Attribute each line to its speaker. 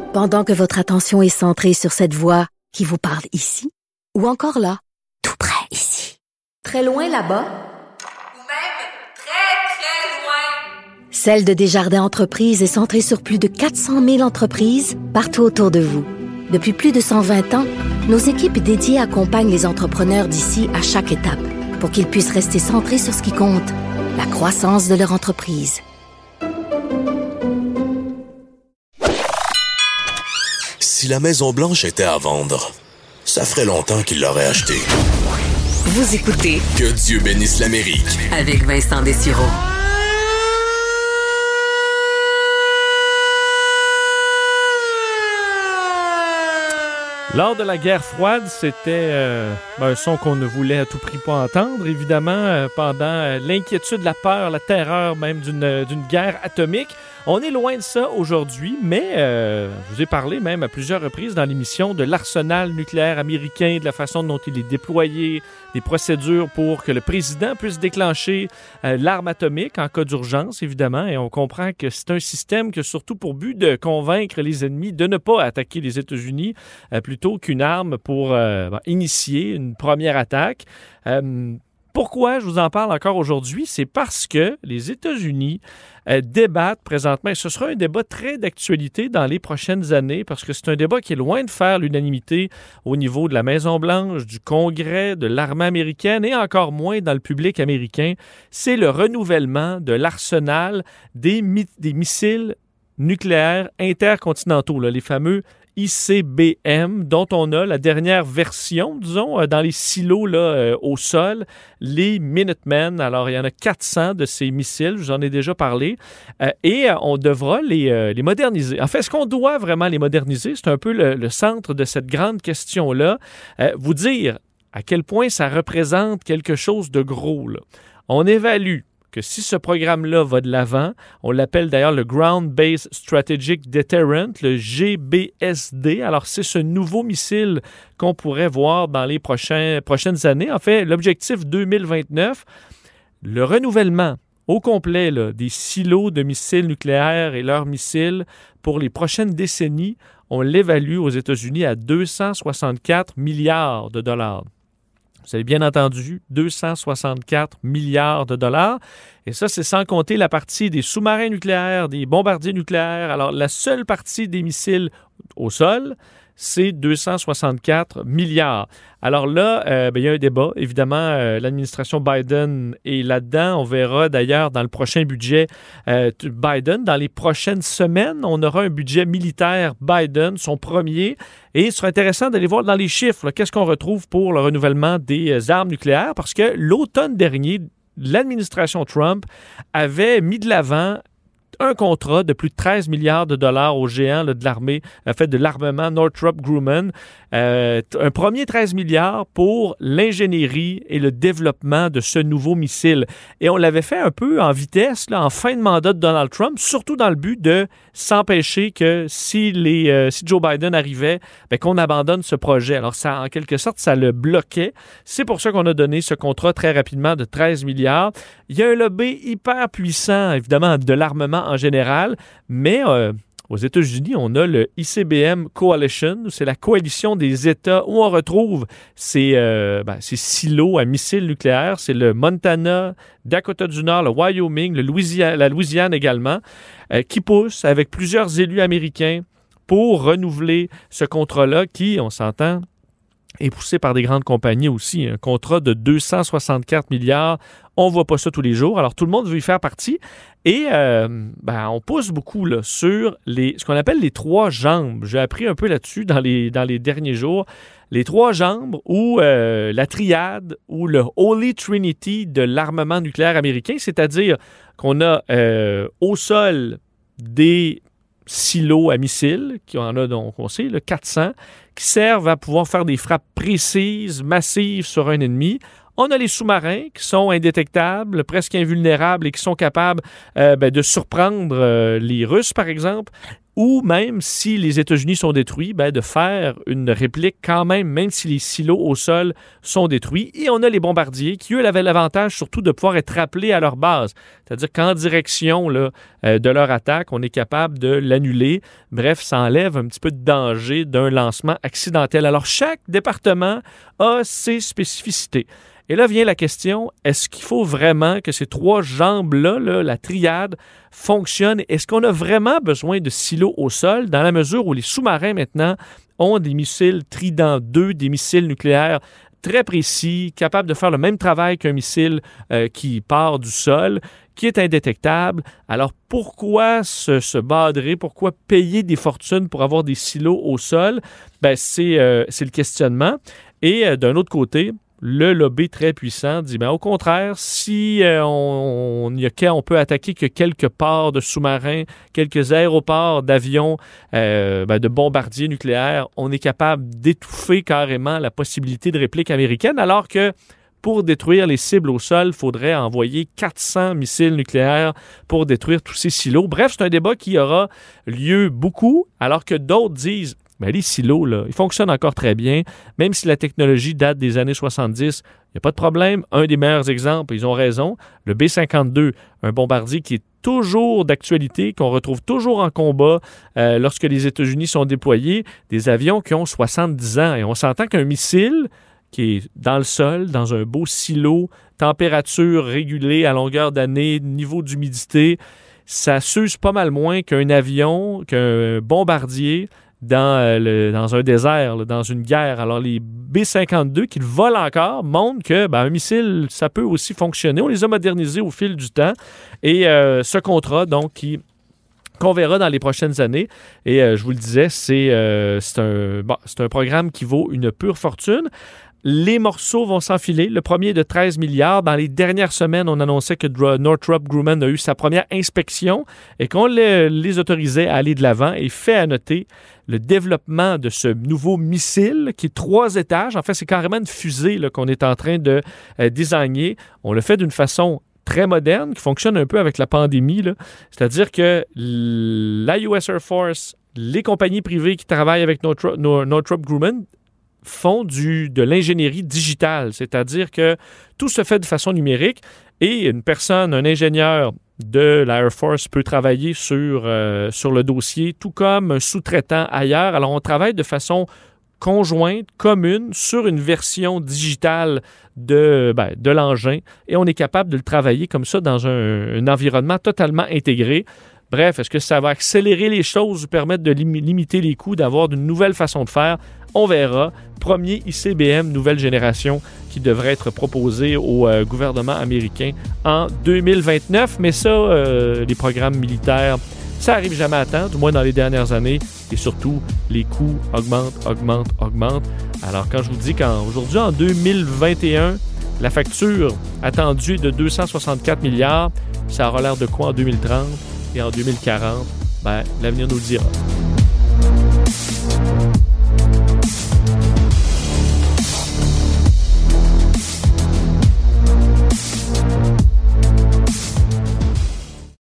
Speaker 1: Pendant que votre attention est centrée sur cette voix qui vous parle ici, ou encore là, tout près ici, très loin là-bas,
Speaker 2: ou même très, très loin.
Speaker 1: Celle de Desjardins Entreprises est centrée sur plus de 400 000 entreprises partout autour de vous. Depuis plus de 120 ans, nos équipes dédiées accompagnent les entrepreneurs d'ici à chaque étape pour qu'ils puissent rester centrés sur ce qui compte, la croissance de leur entreprise.
Speaker 3: Si la Maison-Blanche était à vendre, ça ferait longtemps qu'il l'aurait achetée.
Speaker 4: Vous écoutez
Speaker 3: Que Dieu bénisse l'Amérique
Speaker 4: avec Vincent Dessureau.
Speaker 5: Lors de la guerre froide, c'était un son qu'on ne voulait à tout prix pas entendre, évidemment, pendant l'inquiétude, la peur, la terreur même d'une guerre atomique. On est loin de ça aujourd'hui, mais je vous ai parlé même à plusieurs reprises dans l'émission de l'arsenal nucléaire américain, de la façon dont il est déployé, des procédures pour que le président puisse déclencher l'arme atomique en cas d'urgence, évidemment. Et on comprend que c'est un système qui a surtout pour but de convaincre les ennemis de ne pas attaquer les États-Unis plutôt qu'une arme pour initier une première attaque. Pourquoi je vous en parle encore aujourd'hui? C'est parce que les États-Unis débattent présentement, et ce sera un débat très d'actualité dans les prochaines années, parce que c'est un débat qui est loin de faire l'unanimité au niveau de la Maison-Blanche, du Congrès, de l'armée américaine, et encore moins dans le public américain. C'est le renouvellement de l'arsenal des missiles nucléaires intercontinentaux, là, les fameux ICBM, dont on a la dernière version, disons, dans les silos là, au sol, les Minutemen. Alors, il y en a 400 de ces missiles, je vous en ai déjà parlé, et on devra les moderniser. En fait, est-ce qu'on doit vraiment les moderniser? C'est un peu le centre de cette grande question-là. Vous dire à quel point ça représente quelque chose de gros, là. On évalue que si ce programme-là va de l'avant, on l'appelle d'ailleurs le Ground Based Strategic Deterrent, le GBSD. Alors, c'est ce nouveau missile qu'on pourrait voir dans les prochaines années. En fait, l'objectif 2029, le renouvellement au complet là, des silos de missiles nucléaires et leurs missiles pour les prochaines décennies, on l'évalue aux États-Unis à 264 milliards de dollars. Vous avez bien entendu, 264 milliards de dollars. Et ça, c'est sans compter la partie des sous-marins nucléaires, des bombardiers nucléaires. Alors, la seule partie des missiles au sol, c'est 264 milliards. Alors là, il y a un débat. Évidemment, l'administration Biden est là-dedans. On verra d'ailleurs dans le prochain budget Biden. Dans les prochaines semaines, on aura un budget militaire Biden, son premier. Et il sera intéressant d'aller voir dans les chiffres, là, qu'est-ce qu'on retrouve pour le renouvellement des armes nucléaires. Parce que l'automne dernier, l'administration Trump avait mis de l'avant un contrat de plus de 13 milliards de dollars aux géants là, de l'armée, fait de l'armement Northrop Grumman. Un premier 13 milliards pour l'ingénierie et le développement de ce nouveau missile. Et on l'avait fait un peu en vitesse, là, en fin de mandat de Donald Trump, surtout dans le but de s'empêcher que si Joe Biden arrivait, qu'on abandonne ce projet. Alors, ça, en quelque sorte, ça le bloquait. C'est pour ça qu'on a donné ce contrat très rapidement de 13 milliards. Il y a un lobby hyper puissant, évidemment, de l'armement en général, mais aux États-Unis, on a le ICBM Coalition, c'est la coalition des États où on retrouve ces silos à missiles nucléaires. C'est le Montana, Dakota du Nord, le Wyoming, la Louisiane également, qui poussent avec plusieurs élus américains pour renouveler ce contrat-là qui, on s'entend, est poussé par des grandes compagnies aussi. Un contrat de 264 milliards, on ne voit pas ça tous les jours. Alors, tout le monde veut y faire partie. Et on pousse beaucoup là, sur ce qu'on appelle les trois jambes. J'ai appris un peu là-dessus dans les derniers jours. Les trois jambes ou la triade ou le Holy Trinity de l'armement nucléaire américain, c'est-à-dire qu'on a au sol des silos à missiles, qui en a donc, on sait, 400, qui servent à pouvoir faire des frappes précises, massives sur un ennemi. On a les sous-marins qui sont indétectables, presque invulnérables et qui sont capables de surprendre les Russes, par exemple, ou même si les États-Unis sont détruits, de faire une réplique quand même si les silos au sol sont détruits. Et on a les bombardiers qui, eux, avaient l'avantage surtout de pouvoir être rappelés à leur base. C'est-à-dire qu'en direction de leur attaque, on est capable de l'annuler. Bref, ça enlève un petit peu de danger d'un lancement accidentel. Alors, chaque département a ses spécificités. Et là vient la question, est-ce qu'il faut vraiment que ces trois jambes-là, la triade, fonctionnent? Est-ce qu'on a vraiment besoin de silos au sol dans la mesure où les sous-marins maintenant ont des missiles Trident 2, des missiles nucléaires très précis, capables de faire le même travail qu'un missile qui part du sol, qui est indétectable? Alors pourquoi se badrer? Pourquoi payer des fortunes pour avoir des silos au sol? C'est le questionnement. Et d'un autre côté, le lobby très puissant dit, au contraire, si on peut attaquer que quelques ports de sous-marins, quelques aéroports d'avions, de bombardiers nucléaires, on est capable d'étouffer carrément la possibilité de réplique américaine, alors que pour détruire les cibles au sol, il faudrait envoyer 400 missiles nucléaires pour détruire tous ces silos. Bref, c'est un débat qui aura lieu beaucoup, alors que d'autres disent, les silos, ils fonctionnent encore très bien. Même si la technologie date des années 70, il n'y a pas de problème. Un des meilleurs exemples, ils ont raison, le B-52, un bombardier qui est toujours d'actualité, qu'on retrouve toujours en combat lorsque les États-Unis sont déployés, des avions qui ont 70 ans. Et on s'entend qu'un missile qui est dans le sol, dans un beau silo, température régulée à longueur d'année, niveau d'humidité, ça s'use pas mal moins qu'un avion, qu'un bombardier dans un désert, dans une guerre. Alors, les B-52 qui volent encore montrent que un missile, ça peut aussi fonctionner. On les a modernisés au fil du temps. Et ce contrat, donc, qu'on verra dans les prochaines années. Et je vous le disais, c'est un programme qui vaut une pure fortune. Les morceaux vont s'enfiler. Le premier est de 13 milliards. Dans les dernières semaines, on annonçait que Northrop Grumman a eu sa première inspection et qu'on les autorisait à aller de l'avant. Et fait à noter le développement de ce nouveau missile qui est 3 étages. En fait, c'est carrément une fusée qu'on est en train de designer. On le fait d'une façon très moderne, qui fonctionne un peu avec la pandémie. C'est-à-dire que la US Air Force, les compagnies privées qui travaillent avec Northrop Grumman font de l'ingénierie digitale, c'est-à-dire que tout se fait de façon numérique et une personne, un ingénieur de la Air Force peut travailler sur le dossier, tout comme un sous-traitant ailleurs. Alors, on travaille de façon conjointe, commune, sur une version digitale de l'engin et on est capable de le travailler comme ça dans un environnement totalement intégré. Bref, est-ce que ça va accélérer les choses ou permettre de limiter les coûts, d'avoir une nouvelle façon de faire? On verra. Premier ICBM nouvelle génération qui devrait être proposé au gouvernement américain en 2029. Mais ça, les programmes militaires, ça n'arrive jamais à temps, du moins dans les dernières années. Et surtout, les coûts augmentent. Alors, quand je vous dis qu'aujourd'hui, en 2021, la facture attendue est de 264 milliards, ça aura l'air de quoi en 2030? Et en 2040, l'avenir nous le dira.